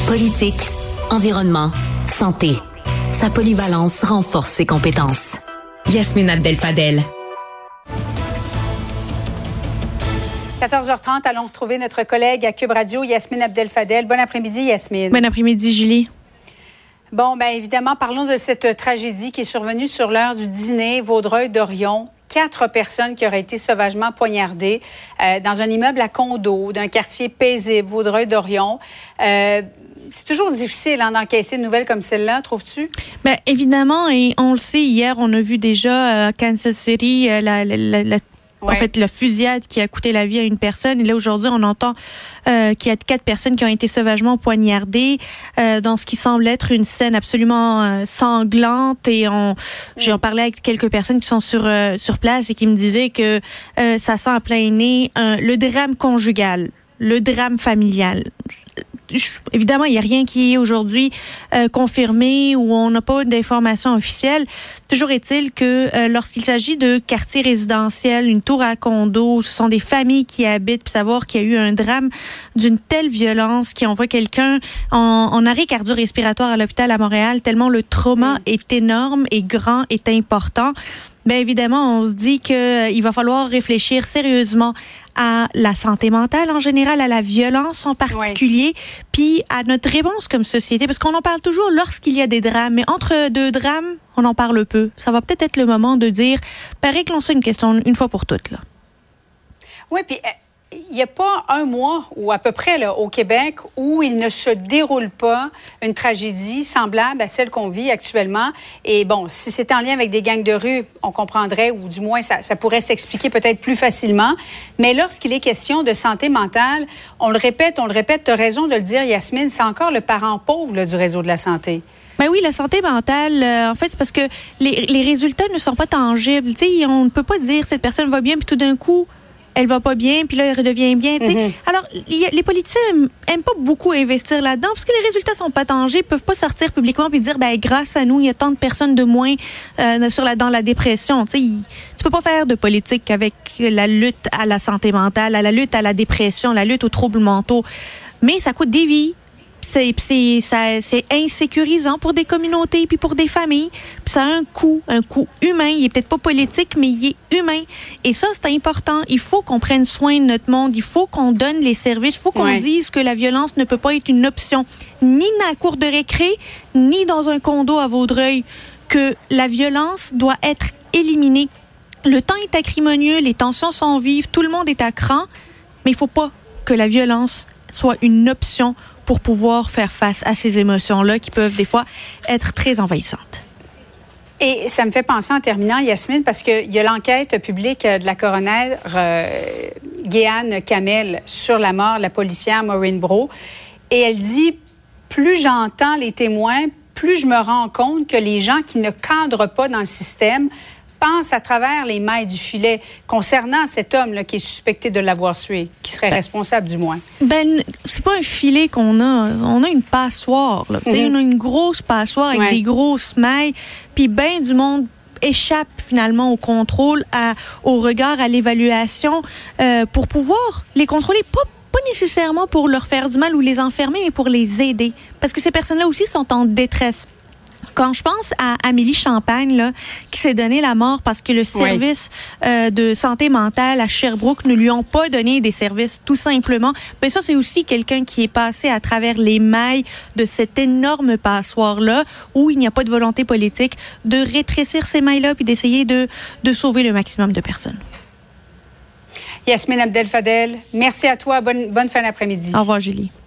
Politique, environnement, santé. Sa polyvalence renforce ses compétences. Yasmine Abdel-Fadel. 14h30, allons retrouver notre collègue à Cube Radio, Yasmine Abdel-Fadel. Bon après-midi, Yasmine. Bon après-midi, Julie. Bon, bien évidemment, parlons de cette tragédie qui est survenue sur l'heure du dîner, Vaudreuil-Dorion. 4 personnes qui auraient été sauvagement poignardées dans un immeuble à condo d'un quartier paisible, Vaudreuil-Dorion. C'est toujours difficile d'encaisser une nouvelle comme celle-là, trouves-tu? Bien, évidemment, et on le sait, hier, on a vu déjà à Kansas City en fait, la fusillade qui a coûté la vie à une personne. Et là, aujourd'hui, on entend qu'il y a 4 personnes qui ont été sauvagement poignardées dans ce qui semble être une scène absolument sanglante. Et j'ai en parlé avec quelques personnes qui sont sur place et qui me disaient que ça sent à plein nez le drame conjugal, le drame familial. Évidemment, il n'y a rien qui est aujourd'hui confirmé ou on n'a pas d'informations officielles. Toujours est-il que lorsqu'il s'agit de quartiers résidentiels, une tour à condo, ce sont des familles qui habitent, puis savoir qu'il y a eu un drame d'une telle violence qui envoie quelqu'un en arrêt cardio-respiratoire à l'hôpital à Montréal, tellement le trauma est énorme et grand, est important. Bien évidemment, on se dit qu'il va falloir réfléchir sérieusement à la santé mentale en général, à la violence en particulier, puis à notre réponse comme société, parce qu'on en parle toujours lorsqu'il y a des drames, mais entre 2 drames, on en parle peu. Ça va peut-être être le moment de dire, réglons ça une question une fois pour toutes, là. Oui, puis il n'y a pas un mois, ou à peu près là, au Québec, où il ne se déroule pas une tragédie semblable à celle qu'on vit actuellement. Et bon, si c'était en lien avec des gangs de rue, on comprendrait, ou du moins ça pourrait s'expliquer peut-être plus facilement. Mais lorsqu'il est question de santé mentale, on le répète, tu as raison de le dire, Yasmine, c'est encore le parent pauvre là, du réseau de la santé. Ben oui, la santé mentale, en fait, c'est parce que les résultats ne sont pas tangibles. Tu sais, on ne peut pas dire cette personne va bien, puis tout d'un coup, elle va pas bien, puis là, elle redevient bien. Alors, les politiciens aiment pas beaucoup investir là-dedans parce que les résultats sont pas tangibles, peuvent pas sortir publiquement puis dire, grâce à nous, il y a tant de personnes de moins dans la dépression. Tu peux pas faire de politique avec la lutte à la santé mentale, à la lutte à la dépression, la lutte aux troubles mentaux. Mais ça coûte des vies. C'est insécurisant pour des communautés puis pour des familles. Puis ça a un coût humain. Il est peut-être pas politique, mais il est humain. Et ça, c'est important. Il faut qu'on prenne soin de notre monde. Il faut qu'on donne les services. Il faut qu'on dise que la violence ne peut pas être une option, ni dans la cour de récré, ni dans un condo à Vaudreuil. Que la violence doit être éliminée. Le temps est acrimonieux, les tensions sont vives, tout le monde est à cran, mais il faut pas que la violence soit une option pour pouvoir faire face à ces émotions-là qui peuvent des fois être très envahissantes. Et ça me fait penser en terminant, Yasmine, parce qu'il y a l'enquête publique de la coroner Guéanne Kamel sur la mort de la policière Maureen Brault. Et elle dit, plus j'entends les témoins, plus je me rends compte que les gens qui ne cadrent pas dans le système pensent à travers les mailles du filet concernant cet homme-là qui est suspecté de l'avoir tué, qui serait responsable du moins. C'est pas un filet qu'on a. On a une passoire. Là. On a une grosse passoire avec des grosses mailles. Puis du monde échappe finalement au contrôle, au regard, à l'évaluation pour pouvoir les contrôler. Pas nécessairement pour leur faire du mal ou les enfermer, mais pour les aider. Parce que ces personnes-là aussi sont en détresse. Quand je pense à Amélie Champagne, là, qui s'est donné la mort parce que le service de santé mentale à Sherbrooke ne lui ont pas donné des services, tout simplement, ça, c'est aussi quelqu'un qui est passé à travers les mailles de cette énorme passoire-là, où il n'y a pas de volonté politique de rétrécir ces mailles-là puis d'essayer de sauver le maximum de personnes. Yasmine Abdel-Fadel, merci à toi. Bonne fin d'après-midi. Au revoir, Julie.